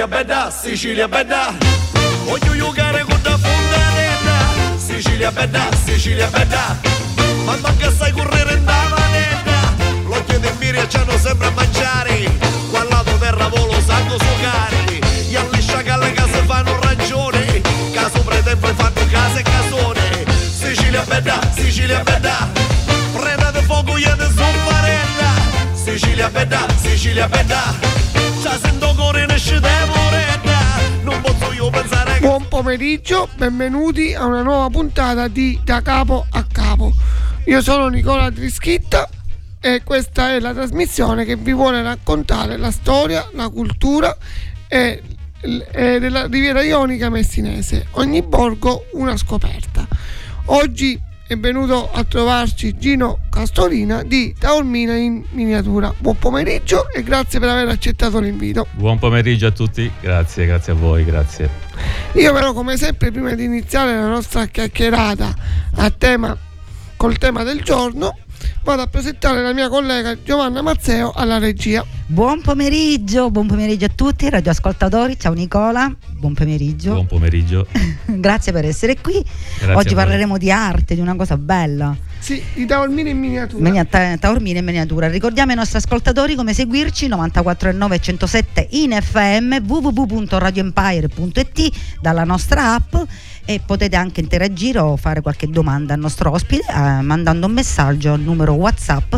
Sicilia bella, Sicilia bella. Voglio giocare con la fontanella. Sicilia bella, Sicilia bella. Ma manca sai correre in da manetta. L'occhio di Miria c'hanno sempre a mangiare. Qua al lato terra volo sanno suocare. Gli alle sciacalle che si fanno ragione. Caso pretempo fanno case e casone. Sicilia bella, Sicilia bella. Prendete fuoco io ne soffarella. Sicilia bella, Sicilia bella. Già sento cuore nasce temoretta. Non posso io pensare che... Buon pomeriggio, benvenuti a una nuova puntata di Da Capo a Capo. Io sono Nicola Trischitta e questa è la trasmissione che vi vuole raccontare la storia, la cultura e della Riviera Ionica messinese. Ogni borgo una scoperta. Oggi è venuto a trovarci Gino Castorina di Taormina in Miniatura. Buon pomeriggio e grazie per aver accettato l'invito. Buon pomeriggio a tutti, grazie a voi, grazie. Io però, come sempre, prima di iniziare la nostra chiacchierata col tema del giorno, vado a presentare la mia collega Giovanna Mazzeo alla regia. Buon pomeriggio a tutti radioascoltatori, ciao Nicola, buon pomeriggio. Buon pomeriggio. Grazie per essere qui. Grazie. Oggi parleremo di arte, di una cosa bella. Sì, di Taormina in Miniatura. Taormina in Miniatura. Ricordiamo ai nostri ascoltatori come seguirci: 94,9 e 107 in FM, www.radioempire.it, dalla nostra app, e potete anche interagire o fare qualche domanda al nostro ospite mandando un messaggio al numero WhatsApp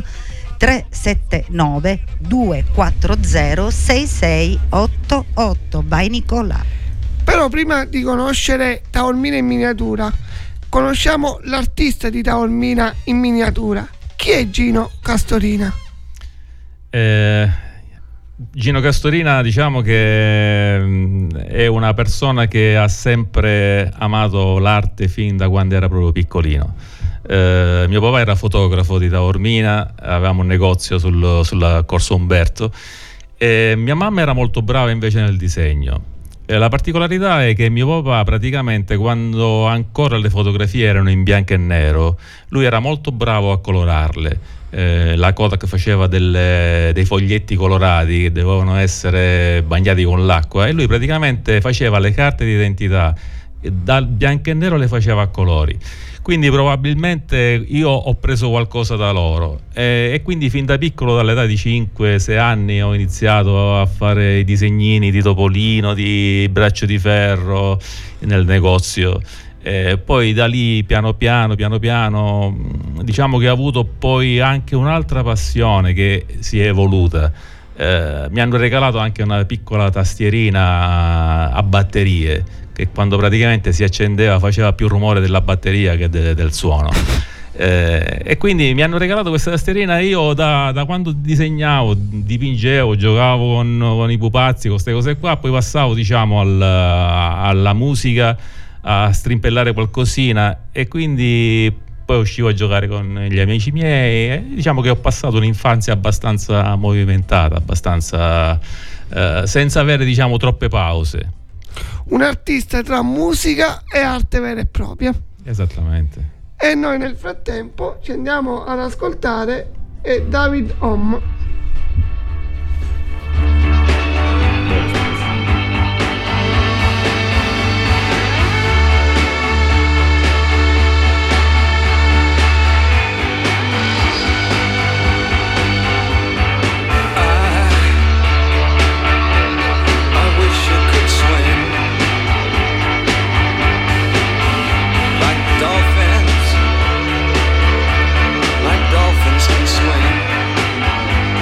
379 240 6688. Vai Nicola. Però prima di conoscere Taormina in Miniatura, conosciamo l'artista di Taormina in Miniatura. Chi è Gino Castorina? Gino Castorina, diciamo che è una persona che ha sempre amato l'arte fin da quando era proprio piccolino. Mio papà era fotografo di Taormina, avevamo un negozio sulla Corso Umberto, e mia mamma era molto brava invece nel disegno. La particolarità è che mio papà, praticamente, quando ancora le fotografie erano in bianco e nero, lui era molto bravo a colorarle. La Kodak faceva dei foglietti colorati che dovevano essere bagnati con l'acqua, e lui praticamente faceva le carte d'identità dal bianco e nero, le faceva a colori. Quindi probabilmente io ho preso qualcosa da loro, e quindi fin da piccolo, dall'età di 5-6 anni, ho iniziato a fare i disegnini di Topolino, di Braccio di Ferro nel negozio. Poi da lì piano piano diciamo che ho avuto poi anche un'altra passione che si è evoluta. Mi hanno regalato anche una piccola tastierina a batterie, che quando praticamente si accendeva faceva più rumore della batteria che del suono. E quindi mi hanno regalato questa tastierina. Io da quando disegnavo, dipingevo, giocavo con i pupazzi, con queste cose qua, poi passavo, diciamo, alla musica, a strimpellare qualcosina, e quindi poi uscivo a giocare con gli amici miei, e diciamo che ho passato un'infanzia abbastanza movimentata, abbastanza senza avere, diciamo, troppe pause. Un artista tra musica e arte vera e propria. Esattamente. E noi nel frattempo ci andiamo ad ascoltare David Ohm. Dolphins can swim.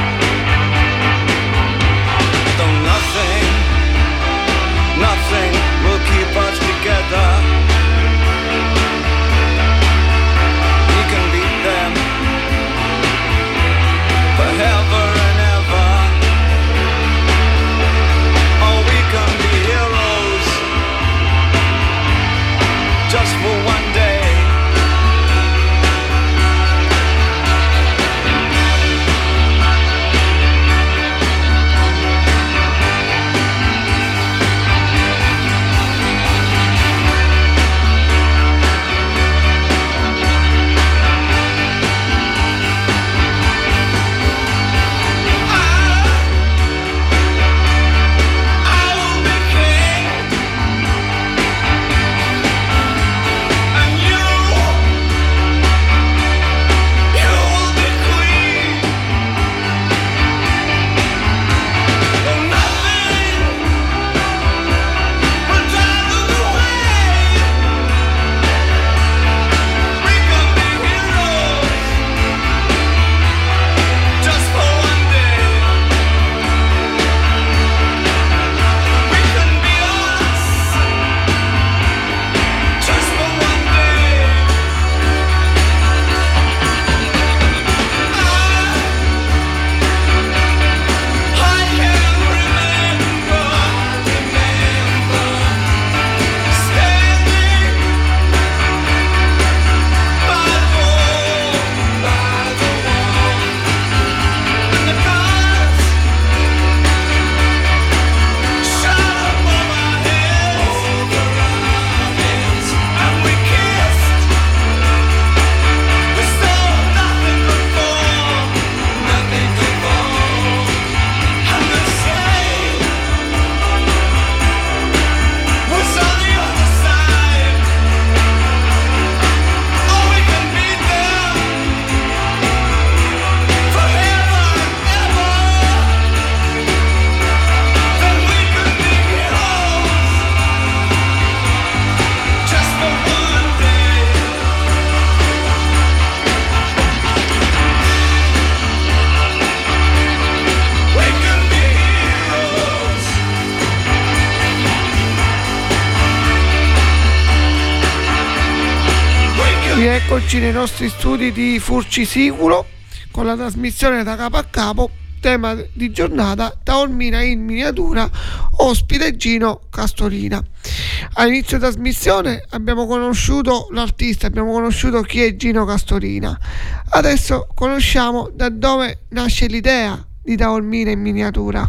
Eccoci nei nostri studi di Furcisiculo con la trasmissione Da Capo a Capo, tema di giornata Taormina in miniatura, ospite Gino Castorina. All'inizio trasmissione abbiamo conosciuto l'artista, abbiamo conosciuto chi è Gino Castorina. Adesso conosciamo da dove nasce l'idea di Taormina in miniatura.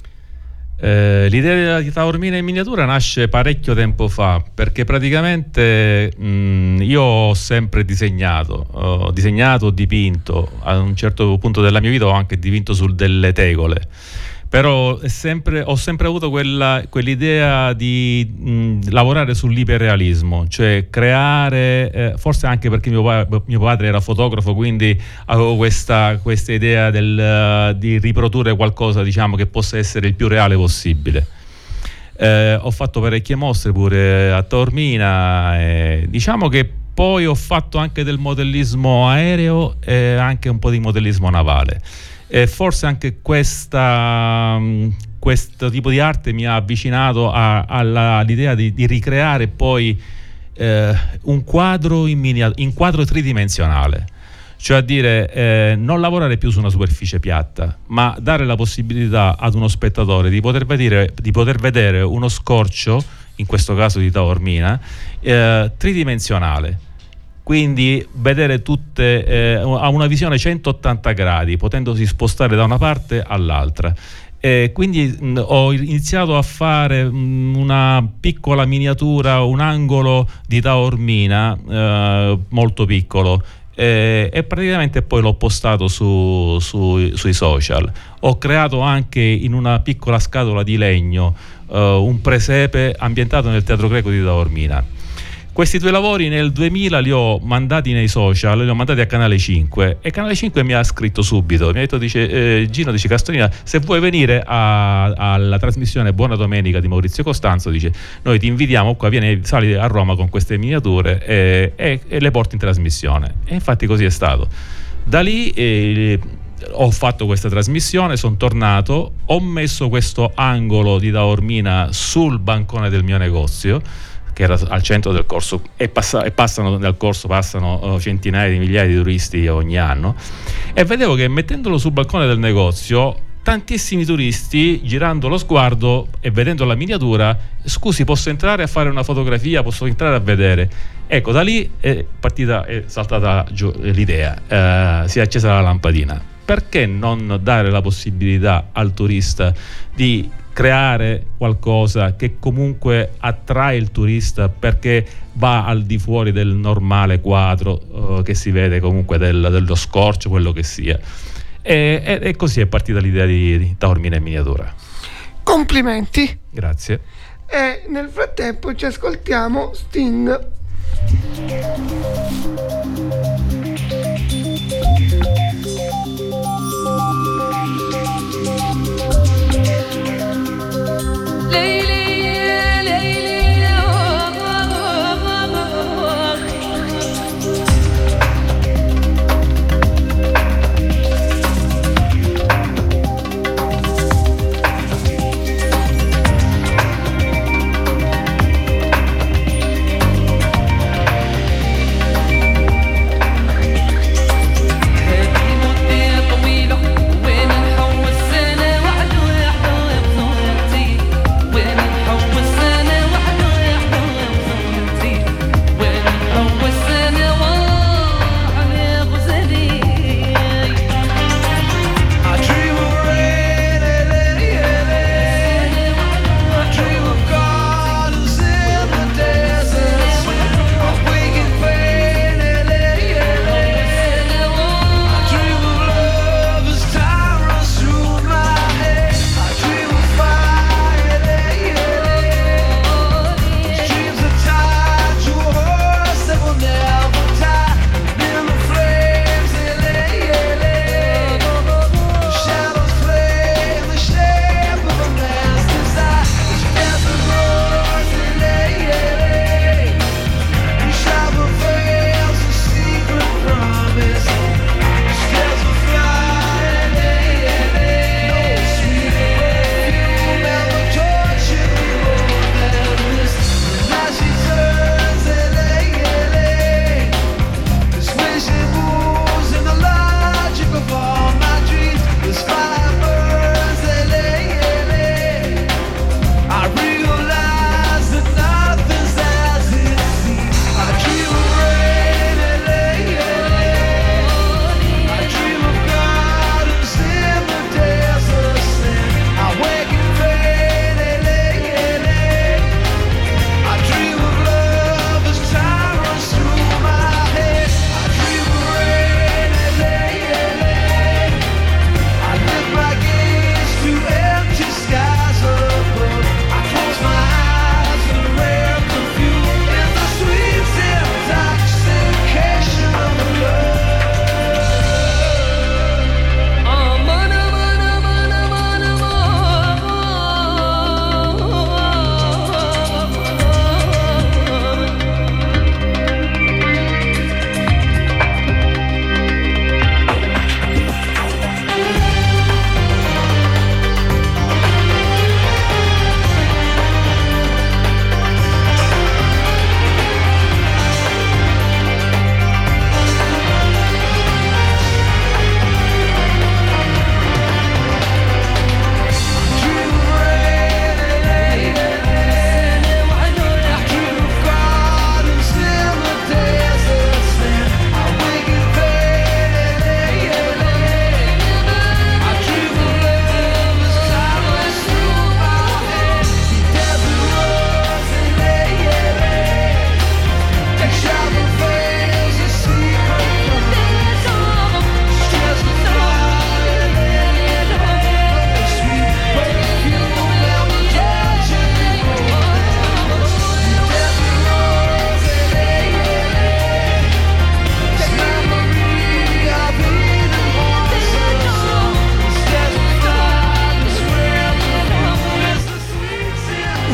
L'idea di Taormina in miniatura nasce parecchio tempo fa, perché praticamente io ho sempre disegnato, dipinto. A un certo punto della mia vita ho anche dipinto su delle tegole, però ho sempre avuto quell'idea di lavorare sull'iperrealismo, cioè creare, forse anche perché mio padre era fotografo, quindi avevo questa idea di riprodurre qualcosa, diciamo, che possa essere il più reale possibile. Ho fatto parecchie mostre pure a Taormina, diciamo che poi ho fatto anche del modellismo aereo e anche un po' di modellismo navale. E forse anche questo tipo di arte mi ha avvicinato all'idea di ricreare poi un quadro in quadro tridimensionale, cioè a dire non lavorare più su una superficie piatta, ma dare la possibilità ad uno spettatore di poter vedere uno scorcio, in questo caso di Taormina, tridimensionale. Quindi vedere tutte a una visione 180 gradi, potendosi spostare da una parte all'altra. Quindi ho iniziato a fare una piccola miniatura, un angolo di Taormina molto piccolo, e praticamente poi l'ho postato sui social. Ho creato anche in una piccola scatola di legno un presepe ambientato nel Teatro Greco di Taormina. Questi due lavori nel 2000 li ho mandati nei social, li ho mandati a Canale 5, e Canale 5 mi ha scritto subito, mi ha detto, Gino, dice Castorina, se vuoi venire alla trasmissione Buona Domenica di Maurizio Costanzo, dice, noi ti invitiamo qua, sali a Roma con queste miniature e le porti in trasmissione. E infatti così è stato. Da lì ho fatto questa trasmissione, sono tornato, ho messo questo angolo di Taormina sul bancone del mio negozio, che era al centro del corso, e passano centinaia di migliaia di turisti ogni anno, e vedevo che mettendolo sul balcone del negozio tantissimi turisti, girando lo sguardo e vedendo la miniatura, scusi, posso entrare a fare una fotografia, posso entrare a vedere. Ecco, da lì è saltata giù l'idea, si è accesa la lampadina. Perché non dare la possibilità al turista di creare qualcosa che comunque attrae il turista, perché va al di fuori del normale quadro che si vede comunque dello scorcio, quello che sia. E così è partita l'idea di Taormina in miniatura. Complimenti. Grazie. E nel frattempo ci ascoltiamo Sting.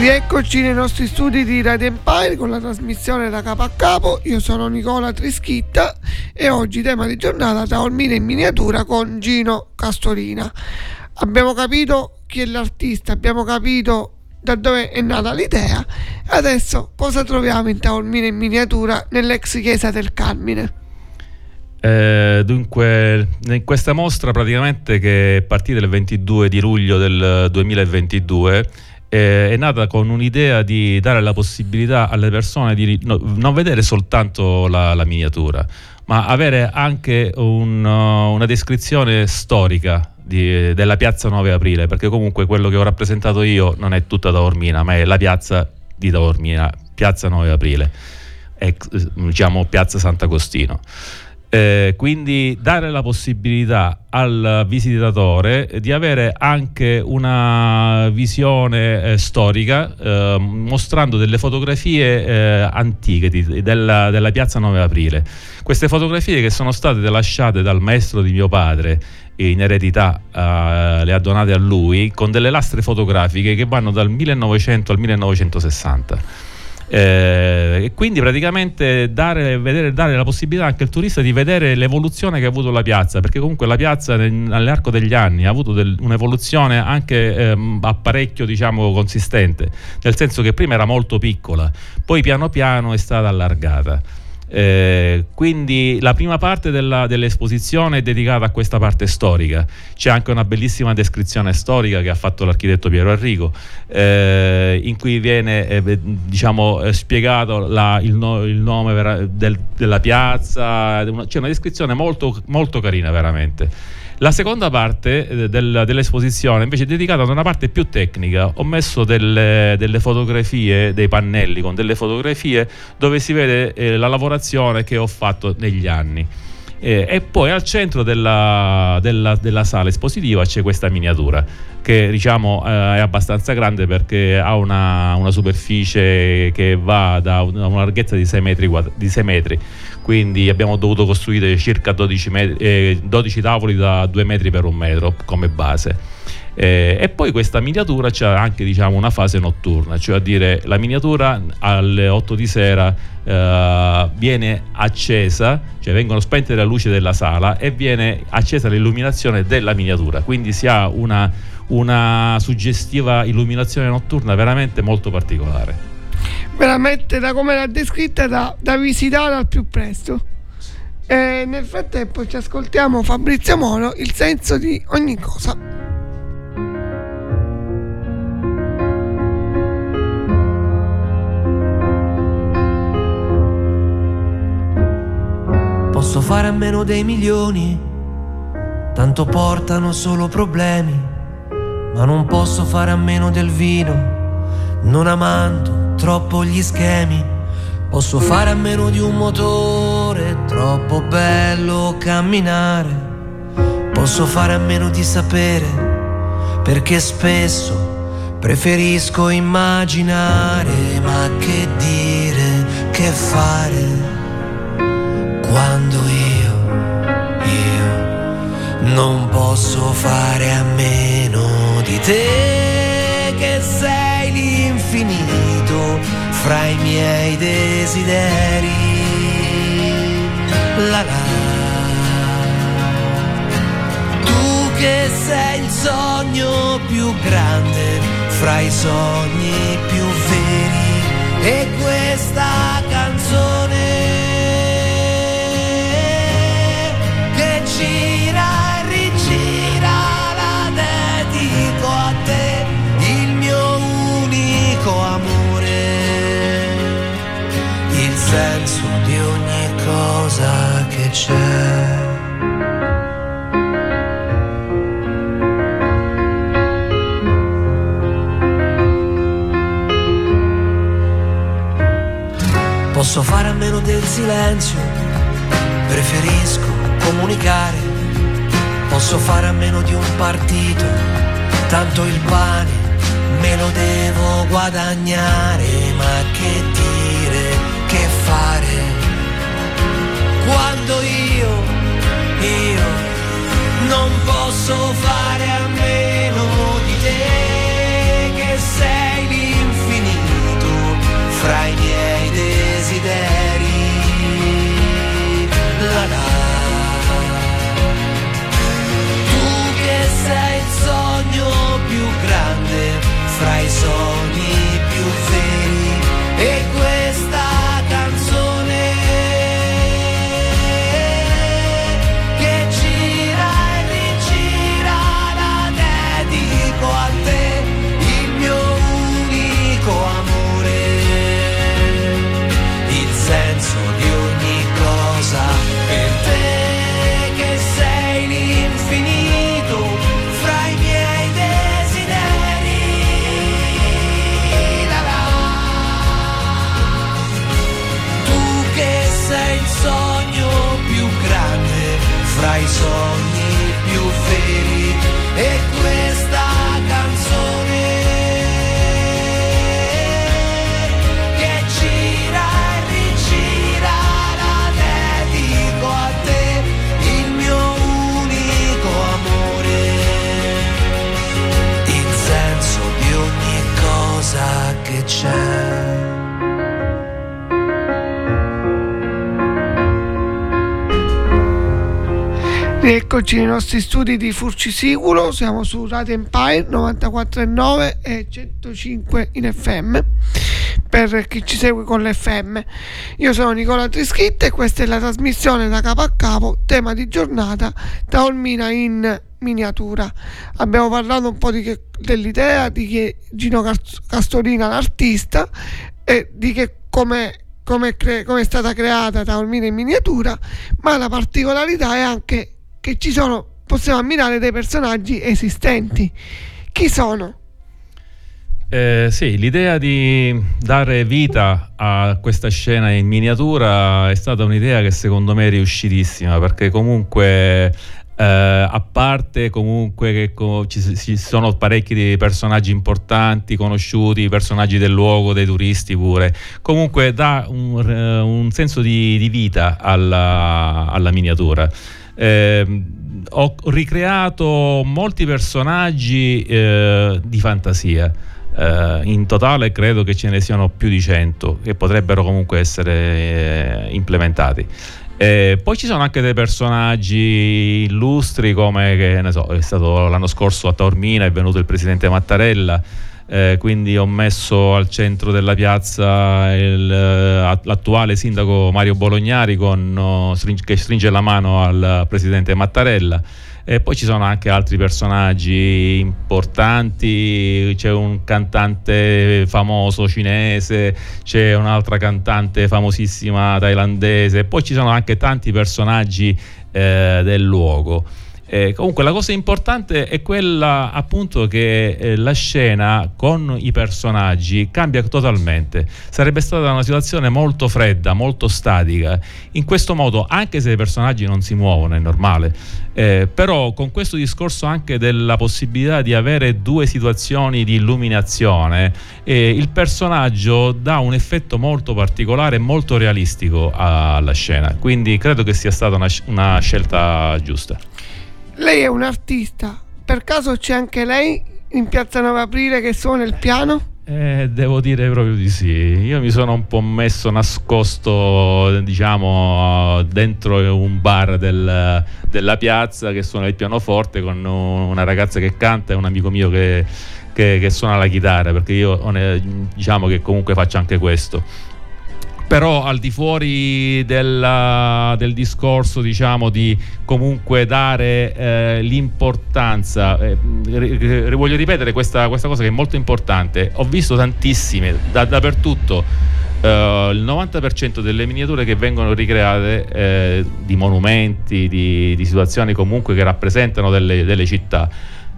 Rieccoci nei nostri studi di Radio Empire con la trasmissione da capo a capo. Io sono Nicola Trischitta e oggi tema di giornata Taormina in miniatura con Gino Castorina. Abbiamo capito chi è l'artista, abbiamo capito da dove è nata l'idea. Adesso cosa troviamo in Taormina in miniatura nell'ex chiesa del Carmine? Dunque, in questa mostra praticamente, che è partita il 22 di luglio del 2022, è nata con un'idea di dare la possibilità alle persone di non vedere soltanto la miniatura, ma avere anche una descrizione storica della piazza 9 aprile, perché comunque quello che ho rappresentato io non è tutta Taormina, ma è la piazza di Taormina, piazza 9 aprile, diciamo piazza Sant'Agostino. Quindi dare la possibilità al visitatore di avere anche una visione storica, mostrando delle fotografie antiche della piazza 9 aprile. Queste fotografie, che sono state lasciate dal maestro di mio padre in eredità, le ha donate a lui, con delle lastre fotografiche che vanno dal 1900 al 1960. E quindi praticamente dare la possibilità anche al turista di vedere l'evoluzione che ha avuto la piazza, perché comunque la piazza nell'arco degli anni ha avuto un'evoluzione anche a parecchio, diciamo, consistente, nel senso che prima era molto piccola, poi piano piano è stata allargata. Quindi la prima parte dell'esposizione è dedicata a questa parte storica. C'è anche una bellissima descrizione storica che ha fatto l'architetto Piero Arrigo, in cui viene spiegato il nome della piazza. C'è una descrizione molto, molto carina, veramente. La seconda parte dell'esposizione invece è dedicata ad una parte più tecnica. Ho messo delle fotografie, dei pannelli con delle fotografie dove si vede la lavorazione che ho fatto negli anni. E poi al centro della sala espositiva c'è questa miniatura che, diciamo, è abbastanza grande, perché ha una superficie che va da una larghezza di 6 metri, quindi abbiamo dovuto costruire circa 12 tavoli da 2 metri per 1 metro come base. E poi questa miniatura c'ha anche, diciamo, una fase notturna, cioè a dire, la miniatura alle 8 di sera viene accesa, cioè vengono spente le luci della sala e viene accesa l'illuminazione della miniatura, quindi si ha una suggestiva illuminazione notturna veramente molto particolare. Veramente, da come l'ha descritta, da visitare al più presto. E nel frattempo ci ascoltiamo Fabrizio Moro, Il senso di ogni cosa. Posso fare a meno dei milioni, tanto portano solo problemi, ma non posso fare a meno del vino, non amando troppo gli schemi. Posso fare a meno di un motore, troppo bello camminare. Posso fare a meno di sapere, perché spesso preferisco immaginare. Ma che dire, che fare, quando io non posso fare a meno di te, che sei l'infinito fra i miei desideri. La la, tu che sei il sogno più grande fra i sogni più veri, e questa canzone che gira e rigira la dedico a te, il mio unico amore, il senso di ogni cosa che c'è. Posso fare a meno del silenzio, preferisco comunicare. Posso fare a meno di un partito, tanto il pane me lo devo guadagnare. Ma che dire, che fare, quando io non posso fare a meno di te, che sei l'infinito sogni più veri. E questa canzone che gira e rigira la dedico a te, il mio unico amore, il senso di ogni cosa che c'è. Eccoci nei nostri studi di Furcisicolo, siamo su Radio Empire 94.9 e 105 in FM per chi ci segue con l'FM. Io sono Nicola Trischitta e questa è la trasmissione Da Capo a Capo, tema di giornata Taormina in miniatura. Abbiamo parlato un po' dell'idea di che Gino Castorina, l'artista, e di che come è stata creata Taormina in miniatura, ma la particolarità è anche che possiamo ammirare dei personaggi esistenti. Chi sono? Sì, l'idea di dare vita a questa scena in miniatura è stata un'idea che secondo me è riuscitissima, perché comunque a parte comunque che ci sono parecchi di personaggi importanti, conosciuti, personaggi del luogo, dei turisti pure, comunque dà un senso di vita alla miniatura. Ho ricreato molti personaggi di fantasia, in totale credo che ce ne siano più di 100 che potrebbero comunque essere implementati. Poi ci sono anche dei personaggi illustri, come che ne so, è stato l'anno scorso a Taormina, è venuto il presidente Mattarella, quindi ho messo al centro della piazza l'attuale sindaco Mario Bolognari che stringe la mano al presidente Mattarella. E poi ci sono anche altri personaggi importanti, c'è un cantante famoso cinese, c'è un'altra cantante famosissima thailandese, poi ci sono anche tanti personaggi del luogo. Comunque la cosa importante è quella appunto che la scena con i personaggi cambia totalmente. Sarebbe stata una situazione molto fredda, molto statica. In questo modo, anche se i personaggi non si muovono, è normale, però con questo discorso anche della possibilità di avere due situazioni di illuminazione, il personaggio dà un effetto molto particolare e molto realistico alla scena, quindi credo che sia stata una scelta giusta. Lei è un artista, per caso c'è anche lei in Piazza 9 Aprile che suona il piano? Devo dire proprio di sì. Io mi sono un po' messo nascosto, diciamo, dentro un bar della piazza, che suona il pianoforte con una ragazza che canta e un amico mio che suona la chitarra, perché io diciamo che comunque faccio anche questo. Però al di fuori del discorso, diciamo, di comunque dare l'importanza, voglio ripetere questa cosa che è molto importante. Ho visto tantissime dappertutto, il 90% delle miniature che vengono ricreate, di monumenti, di situazioni comunque che rappresentano delle città,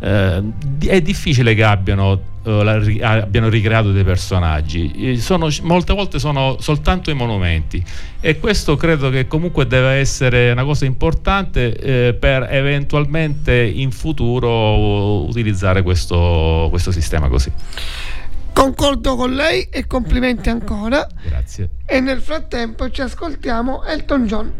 è difficile che abbiano ricreato dei personaggi. Molte volte sono soltanto i monumenti, e questo credo che comunque deve essere una cosa importante per eventualmente in futuro utilizzare questo sistema così. Concordo con lei e complimenti ancora. Grazie. E nel frattempo ci ascoltiamo Elton John.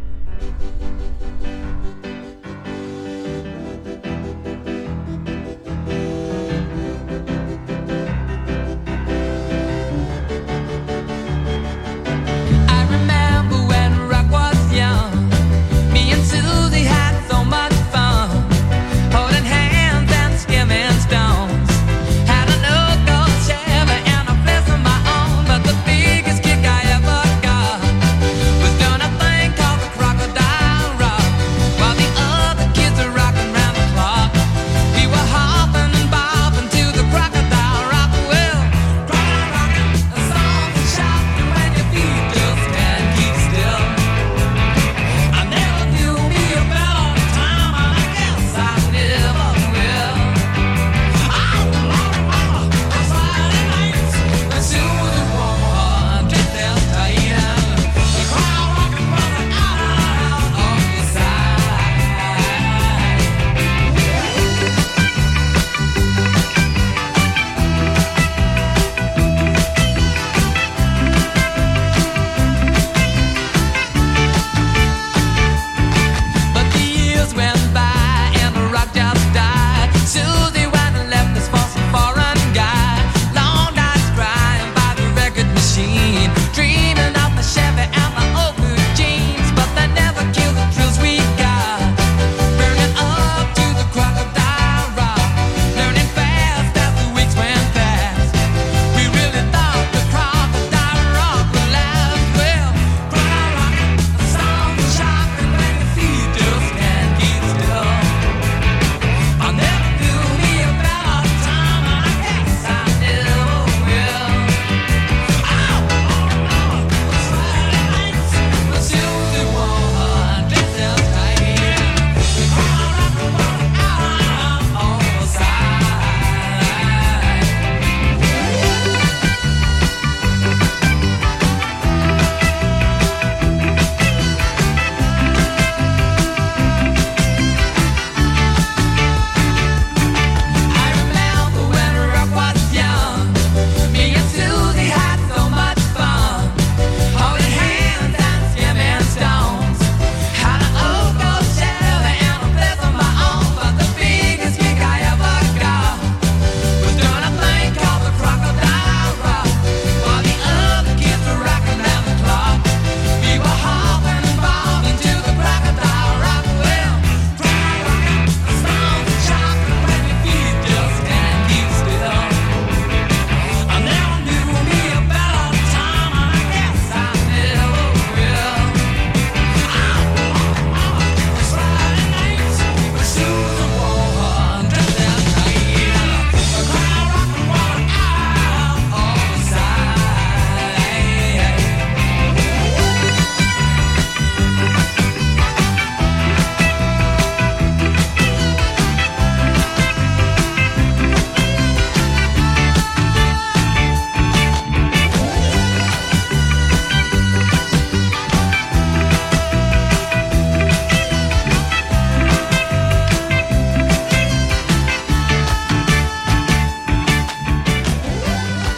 Crocodile rock.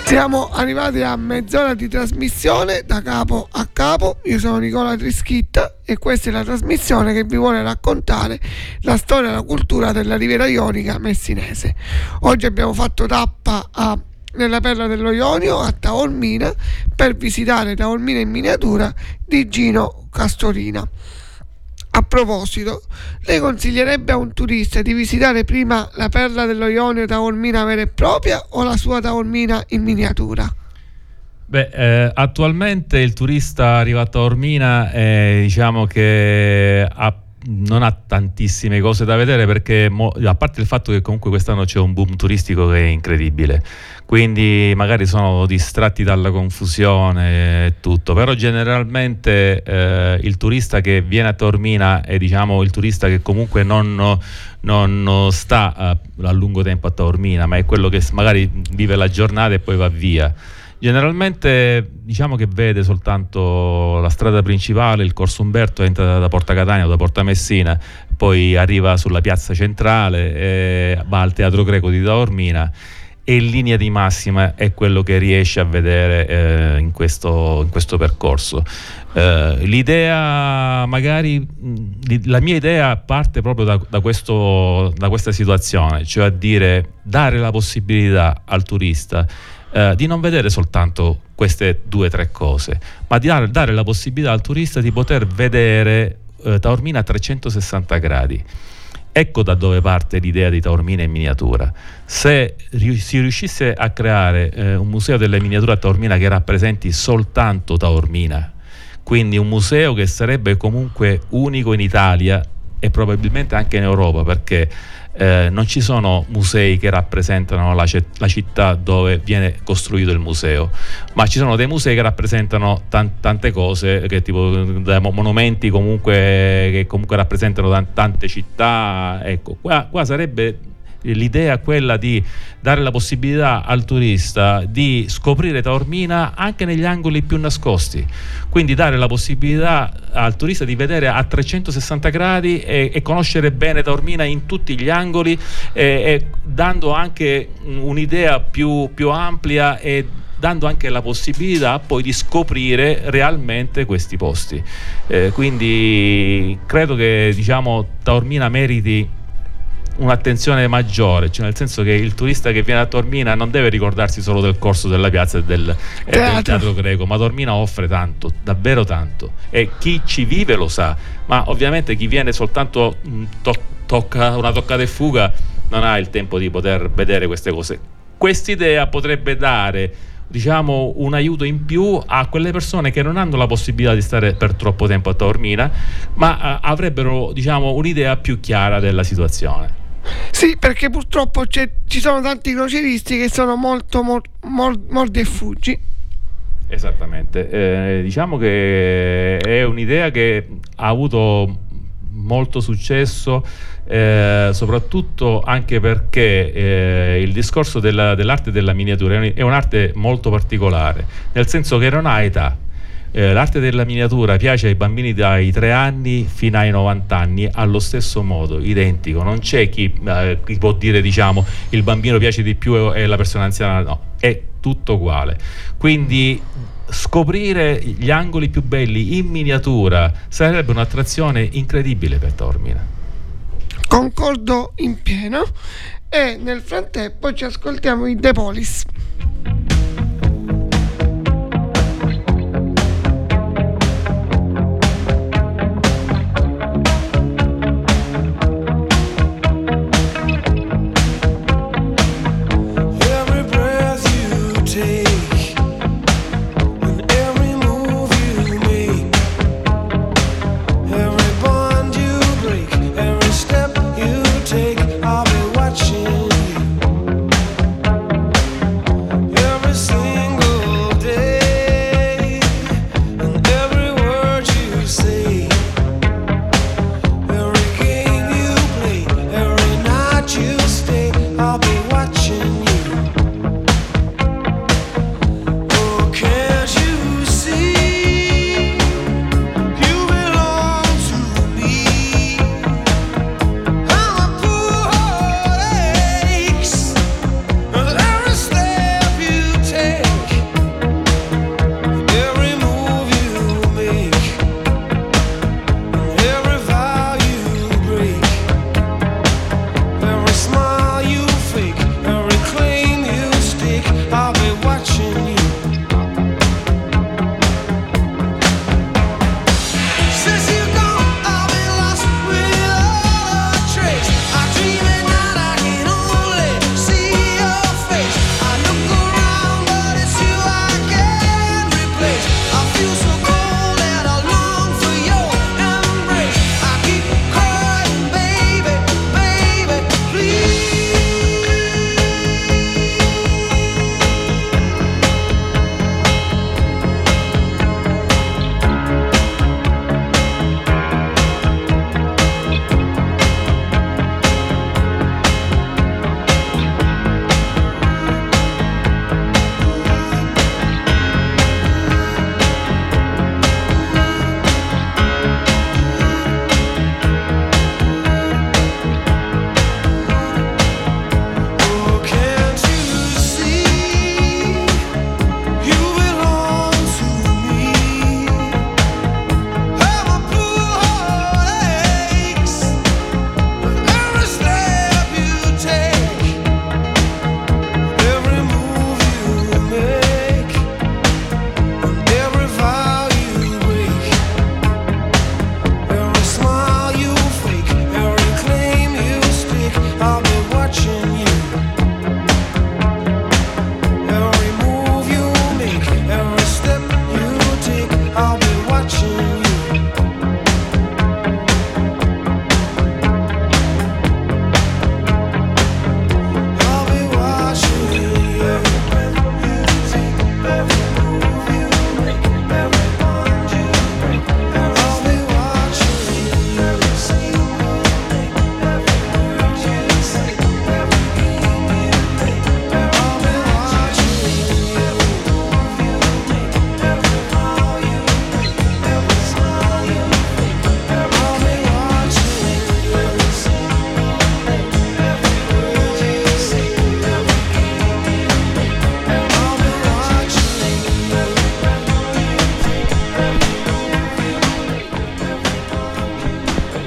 Siamo arrivati a mezz'ora di trasmissione da capo a capo. Io sono Nicola Trischitta e questa è la trasmissione che vi vuole raccontare la storia e la cultura della Riviera Ionica messinese. Oggi abbiamo fatto tappa nella Perla dello Ionio a Taormina per visitare Taormina in miniatura di Gino Castorina. A proposito, lei consiglierebbe a un turista di visitare prima la Perla dello Ionio Taormina vera e propria o la sua Taormina in miniatura? Attualmente il turista arriva a Taormina diciamo che non ha tantissime cose da vedere, perché a parte il fatto che comunque quest'anno c'è un boom turistico che è incredibile, quindi magari sono distratti dalla confusione e tutto, però generalmente il turista che viene a Taormina è, diciamo, il turista che comunque non sta a lungo tempo a Taormina, ma è quello che magari vive la giornata e poi va via. Generalmente diciamo che vede soltanto la strada principale, il Corso Umberto, entra da Porta Catania o da Porta Messina, poi arriva sulla piazza centrale, va al Teatro Greco di Taormina e in linea di massima è quello che riesce a vedere in questo percorso. L'idea, magari la mia idea parte proprio da questa situazione, cioè a dire, dare la possibilità al turista di non vedere soltanto queste 2 o 3 cose, ma di dare la possibilità al turista di poter vedere Taormina a 360 gradi. Ecco da dove parte l'idea di Taormina in miniatura. Se si riuscisse a creare un museo delle miniature a Taormina che rappresenti soltanto Taormina, quindi un museo che sarebbe comunque unico in Italia e probabilmente anche in Europa, perché non ci sono musei che rappresentano la città dove viene costruito il museo, ma ci sono dei musei che rappresentano tante cose, che tipo monumenti che comunque rappresentano tante città. Ecco, qua sarebbe l'idea quella di dare la possibilità al turista di scoprire Taormina anche negli angoli più nascosti, quindi dare la possibilità al turista di vedere a 360 gradi e conoscere bene Taormina in tutti gli angoli, e dando anche un'idea più amplia e dando anche la possibilità poi di scoprire realmente questi posti. Quindi credo che, diciamo, Taormina meriti un'attenzione maggiore, cioè nel senso che il turista che viene a Taormina non deve ricordarsi solo del corso della piazza e del Teatro Greco, ma Taormina offre tanto, davvero tanto, e chi ci vive lo sa, ma ovviamente chi viene soltanto una toccata e fuga non ha il tempo di poter vedere queste cose. Quest'idea potrebbe dare, diciamo, un aiuto in più a quelle persone che non hanno la possibilità di stare per troppo tempo a Taormina, ma avrebbero, diciamo, un'idea più chiara della situazione. Sì, perché purtroppo ci sono tanti crocieristi che sono molto mordi e fuggi. Esattamente, diciamo che è un'idea che ha avuto molto successo, soprattutto anche perché il discorso dell'arte della miniatura è un'arte molto particolare, nel senso che non ha età. L'arte della miniatura piace ai bambini dai 3 anni fino ai 90 anni allo stesso modo, identico. Non c'è chi può dire, diciamo, il bambino piace di più e la persona anziana no, è tutto uguale. Quindi scoprire gli angoli più belli in miniatura sarebbe un'attrazione incredibile per Taormina. Concordo in pieno, e nel frattempo ci ascoltiamo i The Police. Watching you.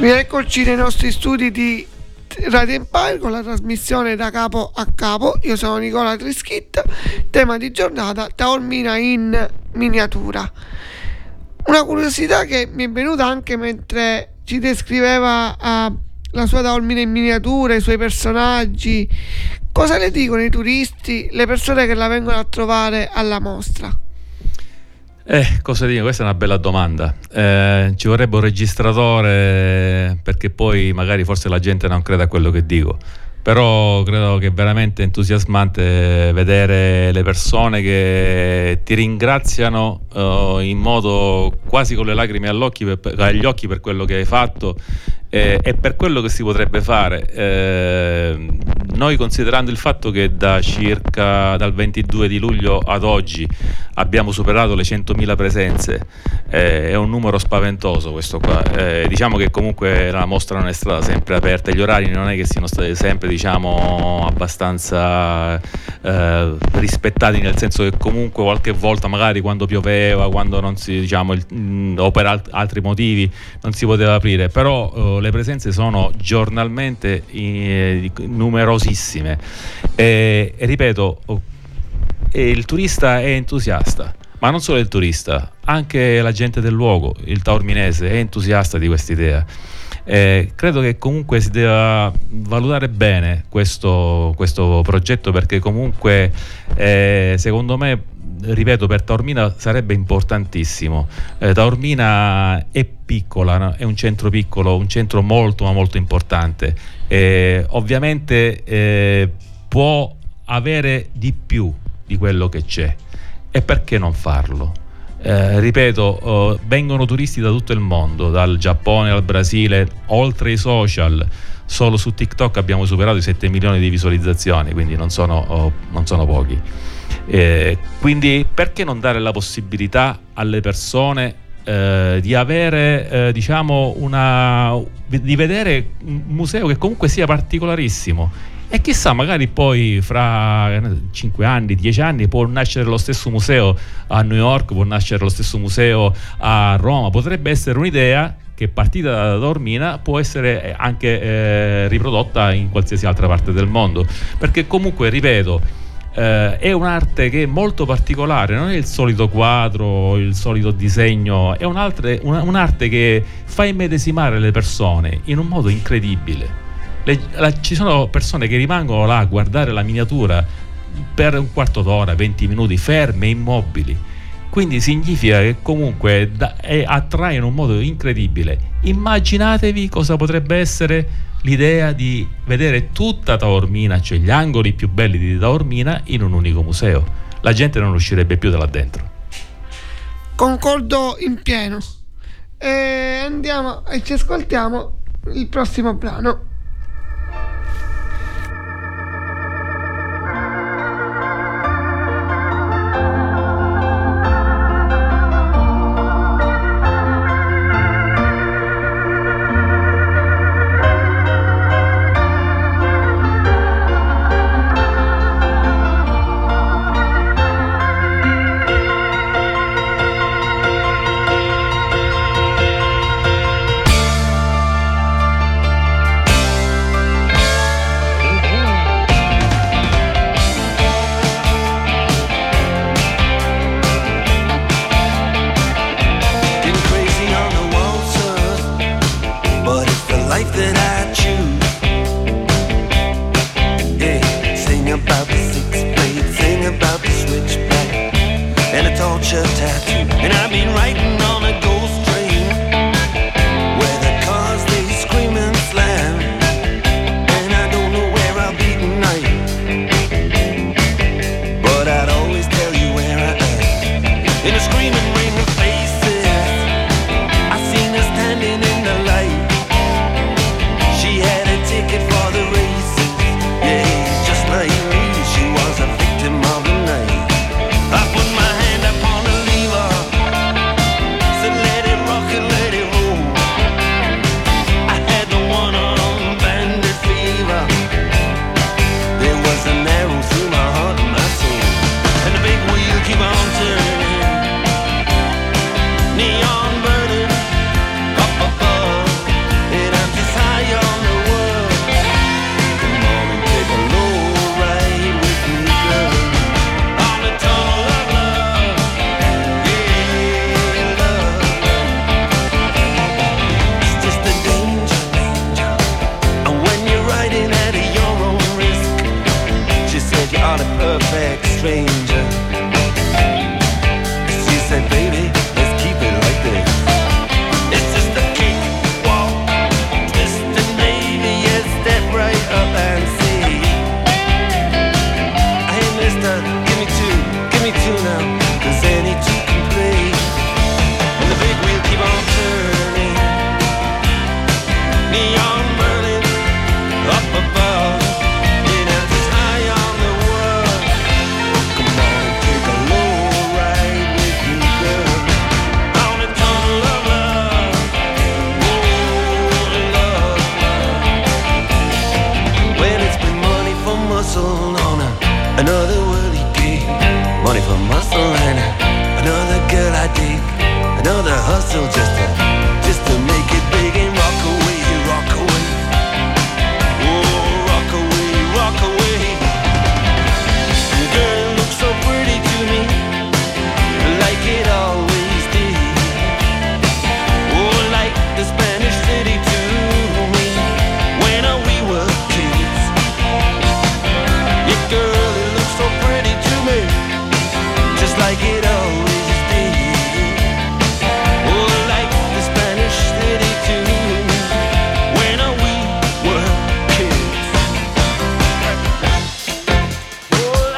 Rieccoci nei nostri studi di Radio Empire con la trasmissione Da Capo a Capo. Io sono Nicola Trischitta. Tema di giornata: taormina in miniatura. Una curiosità che mi è venuta anche mentre ci descriveva la sua taormina in miniatura, i suoi personaggi. Cosa le dicono i turisti, le persone che la vengono a trovare alla mostra? Cosa dico? Questa è una bella domanda. Ci vorrebbe un registratore, perché poi magari forse la gente non crede a quello che dico, però credo che è veramente entusiasmante vedere le persone che ti ringraziano in modo quasi con le lacrime agli occhi per quello che hai fatto e per quello che si potrebbe fare. Noi, considerando il fatto che dal 22 di luglio ad oggi abbiamo superato le 100.000 presenze, è un numero spaventoso questo qua. Diciamo che comunque la mostra non è stata sempre aperta, gli orari non è che siano stati sempre, diciamo, abbastanza rispettati, nel senso che comunque qualche volta, magari quando pioveva, quando non si, diciamo, o per altri motivi non si poteva aprire, però le presenze sono giornalmente numerosissime e ripeto, il turista è entusiasta, ma non solo il turista, anche la gente del luogo, il taorminese è entusiasta di quest'idea. Credo che comunque si debba valutare bene questo progetto, perché comunque secondo me, ripeto, per Taormina sarebbe importantissimo. Taormina è piccola, no? È un centro piccolo, un centro molto ma molto importante. Ovviamente può avere di più di quello che c'è, e perché non farlo? Ripeto, vengono turisti da tutto il mondo, dal Giappone al Brasile, oltre i social. Solo su TikTok abbiamo superato i 7 milioni di visualizzazioni, quindi non sono pochi. Quindi perché non dare la possibilità alle persone di avere diciamo di vedere un museo che comunque sia particolarissimo, e chissà, magari poi fra 5 anni, 10 anni può nascere lo stesso museo a New York, può nascere lo stesso museo a Roma. Potrebbe essere un'idea che, partita da Taormina, può essere anche riprodotta in qualsiasi altra parte del mondo, perché comunque, ripeto, è un'arte che è molto particolare, non è il solito quadro, il solito disegno, è un'arte che fa immedesimare le persone in un modo incredibile. Ci sono persone che rimangono là a guardare la miniatura per un quarto d'ora, 20 minuti, ferme, immobili. Quindi significa che comunque attrae in un modo incredibile. Immaginatevi cosa potrebbe essere l'idea di vedere tutta Taormina, cioè gli angoli più belli di Taormina, in un unico museo. La gente non uscirebbe più da là dentro. Concordo in pieno. Andiamo e ci ascoltiamo il prossimo brano. I put my hand upon the lever. Barcelona, another whirly gig, money for Barcelona, another girl I dig, another hustle just to make it big and rock away, rock away. Oh, rock away, rock away. The girl looks so pretty to me, like it always did. Oh, like the Spanish city to me, when we were kids. Yeah, girl, it looks so pretty to me, just like it always did. Oh, like the Spanish city to me, when we were kids. Oh,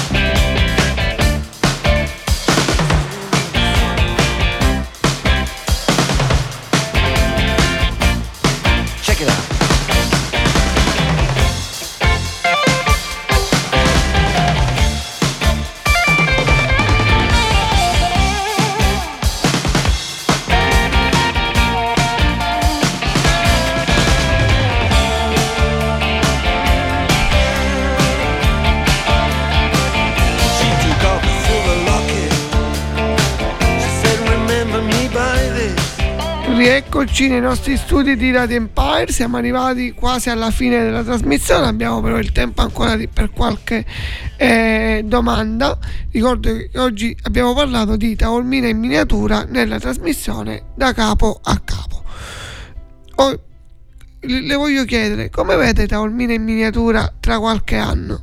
check it out. She took off a silver locket. She said, remember me by this. Rieccoci nei nostri studi di Radio Empire, siamo arrivati quasi alla fine della trasmissione, abbiamo però il tempo ancora per qualche domanda. Ricordo che oggi abbiamo parlato di Taormina in miniatura nella trasmissione Da Capo a Capo. Le voglio chiedere, come vede Taormina in miniatura tra qualche anno?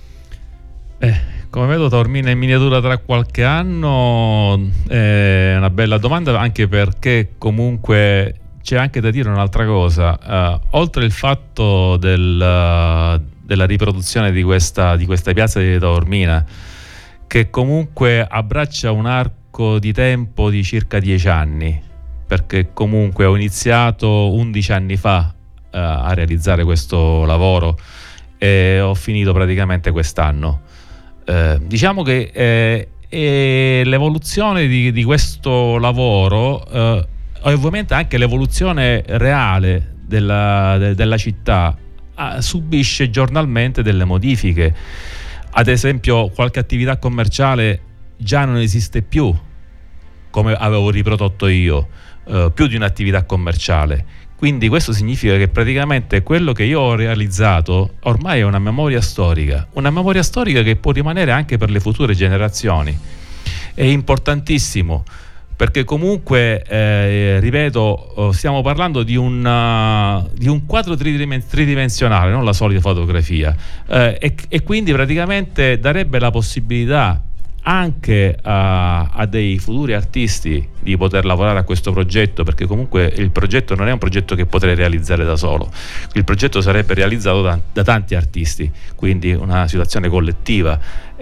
Come vedo Taormina in miniatura tra qualche anno è una bella domanda, anche perché comunque c'è anche da dire un'altra cosa. Oltre il fatto della riproduzione di questa piazza di Taormina, che comunque abbraccia un arco di tempo di circa 10 anni, perché comunque ho iniziato 11 anni fa a realizzare questo lavoro e ho finito praticamente quest'anno. Diciamo che l'evoluzione di questo lavoro, ovviamente anche l'evoluzione reale della città, subisce giornalmente delle modifiche. Ad esempio, qualche attività commerciale già non esiste più, come avevo riprodotto io, più di un'attività commerciale. Quindi questo significa che praticamente quello che io ho realizzato ormai è una memoria storica che può rimanere anche per le future generazioni. È importantissimo, perché comunque, ripeto, stiamo parlando di un quadro tridimensionale, non la solita fotografia, e quindi praticamente darebbe la possibilità anche a dei futuri artisti di poter lavorare a questo progetto, perché comunque il progetto non è un progetto che potrei realizzare da solo, il progetto sarebbe realizzato da tanti artisti, quindi una situazione collettiva,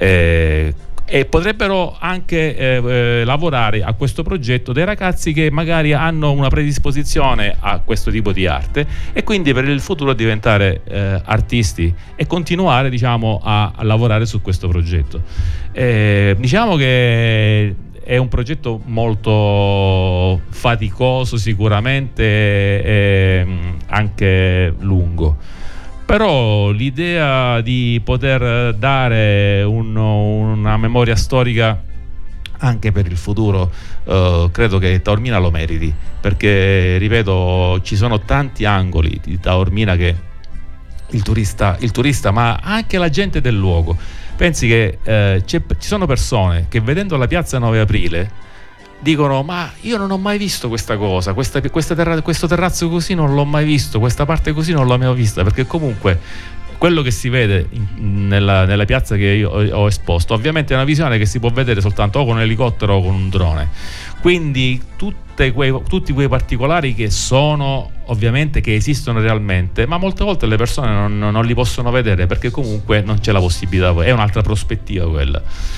e potrebbero anche lavorare a questo progetto dei ragazzi che magari hanno una predisposizione a questo tipo di arte e quindi per il futuro diventare artisti e continuare, diciamo, a lavorare su questo progetto. Diciamo che è un progetto molto faticoso sicuramente e anche lungo, però l'idea di poter dare una memoria storica anche per il futuro, credo che Taormina lo meriti, perché ripeto, ci sono tanti angoli di Taormina che il turista ma anche la gente del luogo, pensi che ci sono persone che vedendo la piazza 9 aprile dicono: ma io non ho mai visto questa cosa, questo terrazzo così non l'ho mai visto, questa parte così non l'ho mai vista, perché comunque quello che si vede nella piazza che io ho esposto ovviamente è una visione che si può vedere soltanto o con un elicottero o con un drone, quindi tutti quei particolari che sono ovviamente, che esistono realmente, ma molte volte le persone non li possono vedere perché comunque non c'è la possibilità, è un'altra prospettiva quella.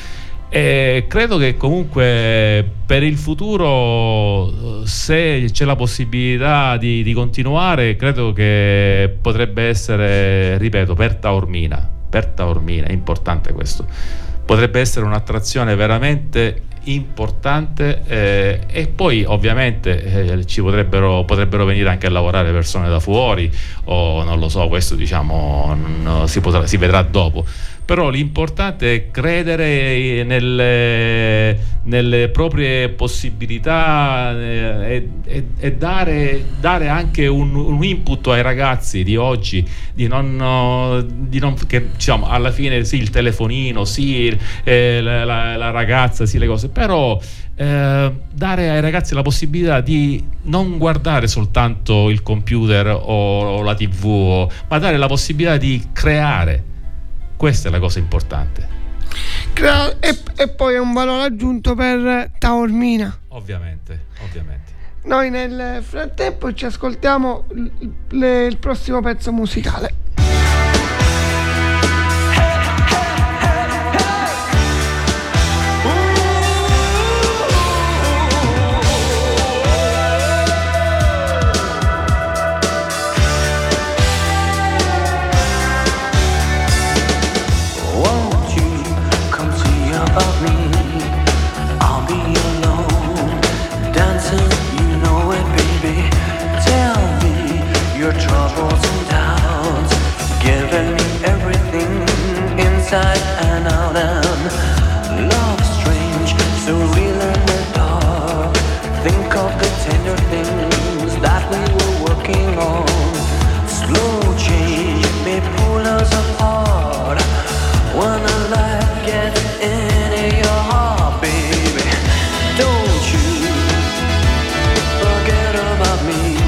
E credo che comunque per il futuro, se c'è la possibilità di continuare, credo che potrebbe essere, ripeto, per Taormina è importante questo, potrebbe essere un'attrazione veramente importante, e poi ovviamente ci potrebbero venire anche a lavorare persone da fuori, o non lo so, questo diciamo si vedrà dopo. Però l'importante è credere nelle proprie possibilità, e dare anche un input ai ragazzi di oggi, di non che diciamo alla fine sì, il telefonino, sì, la ragazza, sì, le cose, però dare ai ragazzi la possibilità di non guardare soltanto il computer o la TV, ma dare la possibilità di creare. Questa è la cosa importante. E poi è un valore aggiunto per Taormina. Ovviamente. Noi nel frattempo ci ascoltiamo il prossimo pezzo musicale. Inside and out, and love strange, so real in the dark. Think of the tender things that we were working on. Slow change may pull us apart when the light gets into your heart, baby. Don't you forget about me.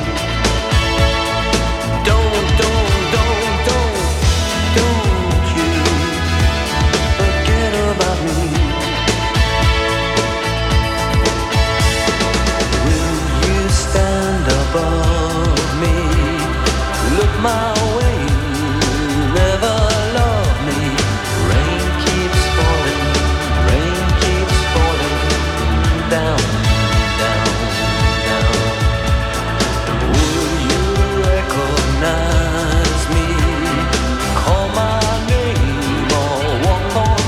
Don't about me. Will you stand above me? Look my way, never love me. Rain keeps falling down, down, down. Will you recognize me? Call my name or walk on.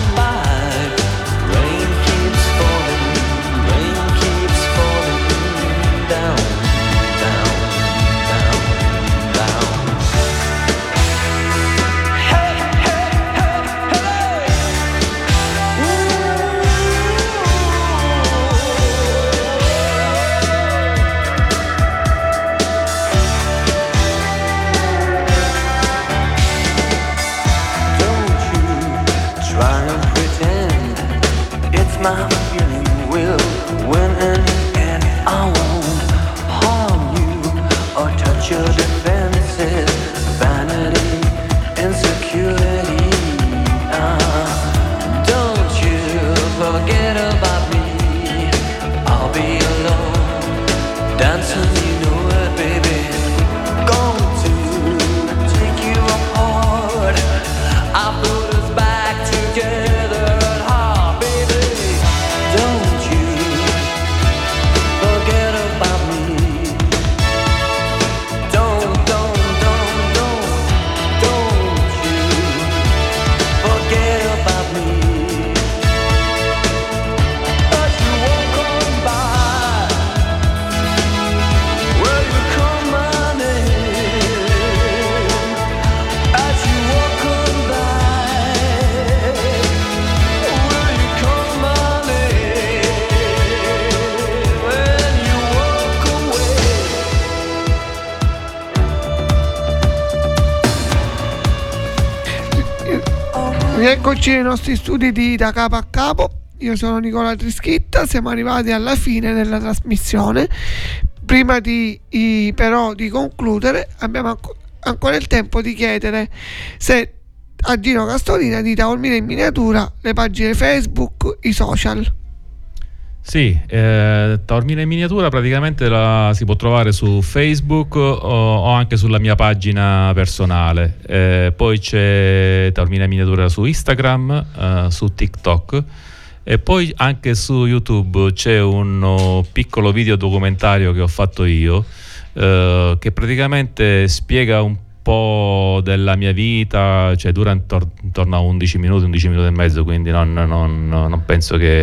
My feeling will win in the end. I won't harm you or touch your defenses. Vanity, insecurity. Don't you forget about me. I'll be alone, dancing, you know it, baby. Going to take you apart. I put us back together. Rieccoci nei nostri studi di Da Capo a Capo. Io sono Nicola Trischitta, siamo arrivati alla fine della trasmissione. Prima però di concludere abbiamo ancora il tempo di chiedere se a Gino Castorina di Taormina in Miniatura le pagine Facebook, i social. Sì, Taormina in Miniatura praticamente la si può trovare su Facebook o anche sulla mia pagina personale. Poi c'è Taormina in Miniatura su Instagram, su TikTok, e poi anche su YouTube c'è un piccolo video documentario che ho fatto io, che praticamente spiega un po' della mia vita, cioè dura intorno a 11 minuti e mezzo, quindi non penso che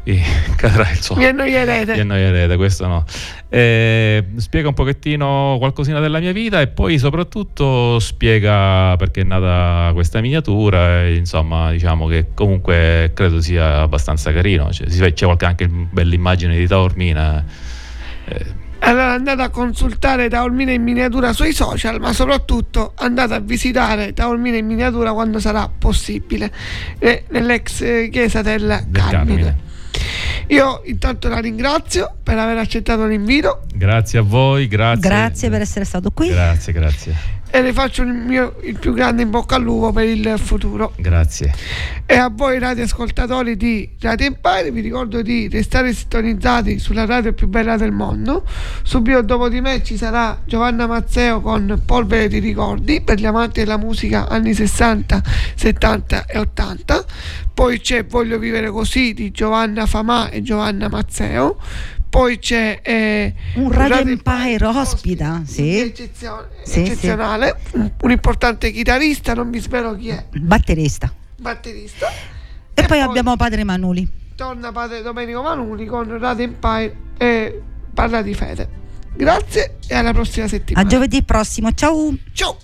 cadrà il sole. Mi annoierete. Questo no. Spiega un pochettino qualcosina della mia vita e poi soprattutto spiega perché è nata questa miniatura e, insomma, diciamo che comunque credo sia abbastanza carino, c'è anche bella immagine di Taormina. Allora andate a consultare Taormina in miniatura sui social, ma soprattutto andate a visitare Taormina in miniatura quando sarà possibile, nell'ex chiesa del Carmine. Io intanto la ringrazio per aver accettato l'invito. Grazie a voi, grazie per essere stato qui. Grazie. E le faccio il più grande in bocca al lupo per il futuro. Grazie. E a voi radioascoltatori di Radio Empire vi ricordo di restare sintonizzati sulla radio più bella del mondo. Subito dopo di me ci sarà Giovanna Mazzeo con Polvere di ricordi per gli amanti della musica anni 60, 70 e 80. Poi c'è Voglio vivere così di Giovanna Famà e Giovanna Mazzeo. Poi c'è un Radio Empire ospita, sì. Eccezionale, un importante chitarrista, non vi svelo chi è. Batterista. E poi abbiamo Padre Manuli. Torna Padre Domenico Manuli con Radio Empire e parla di fede. Grazie e alla prossima settimana. A giovedì prossimo, ciao. Ciao.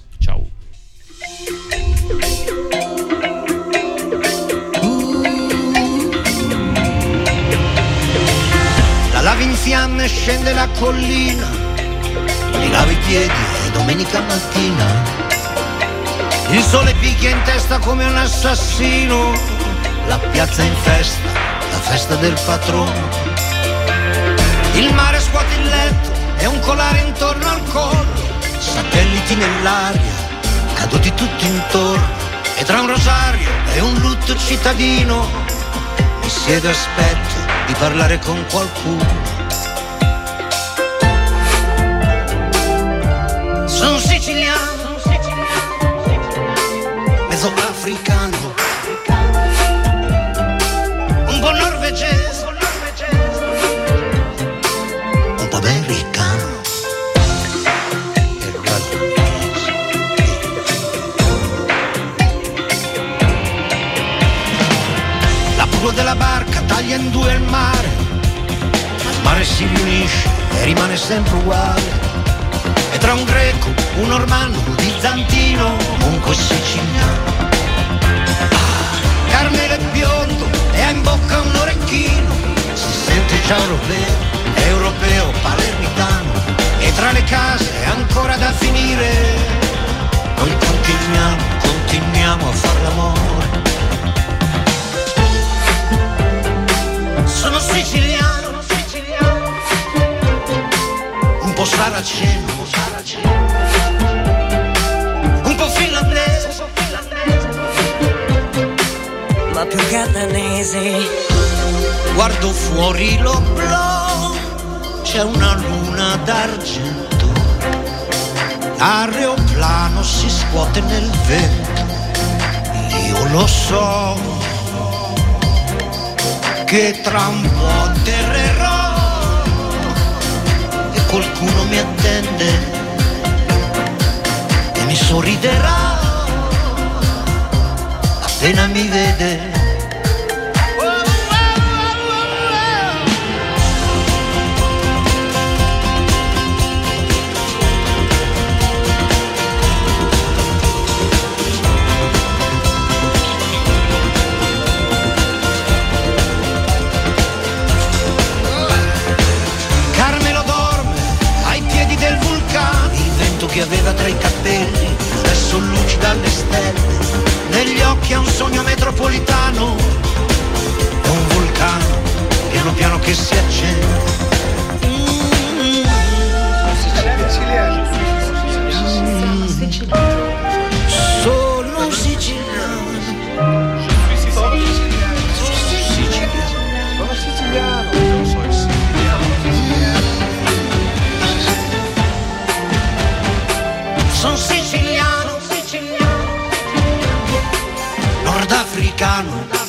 La lava in fiamme scende la collina, mi lavo i piedi e domenica mattina il sole picchia in testa come un assassino, la piazza è in festa, la festa del patrono, il mare scuote il letto e un colare intorno al collo, satelliti nell'aria, caduti tutti intorno, e tra un rosario e un lutto cittadino mi siedo e aspetto di parlare con qualcuno. Sono siciliano, mezzo africano, un po' norvegese, un po' americano. La prua della barca taglia in due il mare, ma il mare si riunisce e rimane sempre uguale. E tra un greco, un normanno, un bizantino, comunque siciliano. Carmelo è biondo e ha in bocca un orecchino, si sente già europeo, palermitano. E tra le case è ancora da finire, noi continuiamo a far l'amore. Sono siciliano, un po' saraceno, un po' finlandese, ma più catanese. Guardo fuori l'oblò, c'è una luna d'argento, l'aeroplano si scuote nel vento. Io lo so che tra un po' atterrerò e qualcuno mi attende e mi sorriderà appena mi vede. Che aveva tra i capelli, adesso lucida alle stelle, negli occhi ha un sogno metropolitano, è un vulcano, piano piano che si accende. Sono siciliano. Sono siciliano, nordafricano.